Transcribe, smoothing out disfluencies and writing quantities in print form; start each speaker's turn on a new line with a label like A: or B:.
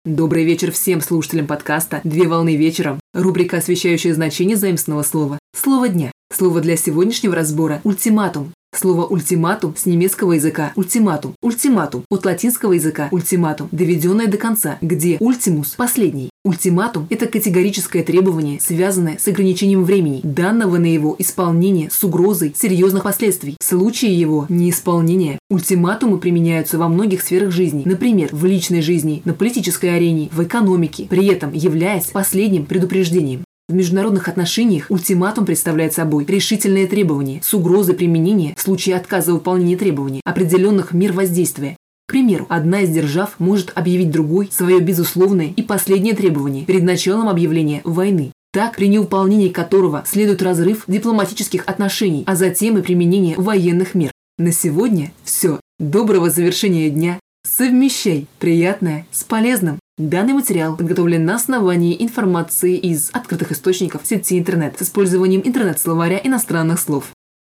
A: Добрый вечер всем слушателям подкаста «Две волны вечером». Рубрика, освещающая значение заимственного слова. Слово дня. Слово для сегодняшнего разбора – ультиматум. Слово «ультиматум» с немецкого языка «ультиматум», «ультиматум» от латинского языка «ультиматум», доведенное до конца, где «ультимус» – последний. Ультиматум – это категорическое требование, связанное с ограничением времени, данного на его исполнение с угрозой серьезных последствий. В случае его неисполнения ультиматумы применяются во многих сферах жизни, например, в личной жизни, на политической арене, в экономике, при этом являясь последним предупреждением. В международных отношениях ультиматум представляет собой решительное требование с угрозой применения в случае отказа выполнения требований определенных мер воздействия. К примеру, одна из держав может объявить другой свое безусловное и последнее требование перед началом объявления войны. Так, при невыполнении которого следует разрыв дипломатических отношений, а затем и применение военных мер. На сегодня все. Доброго завершения дня. Совмещай приятное с полезным. Данный материал подготовлен на основании информации из открытых источников в сети интернет с использованием интернет-словаря иностранных слов.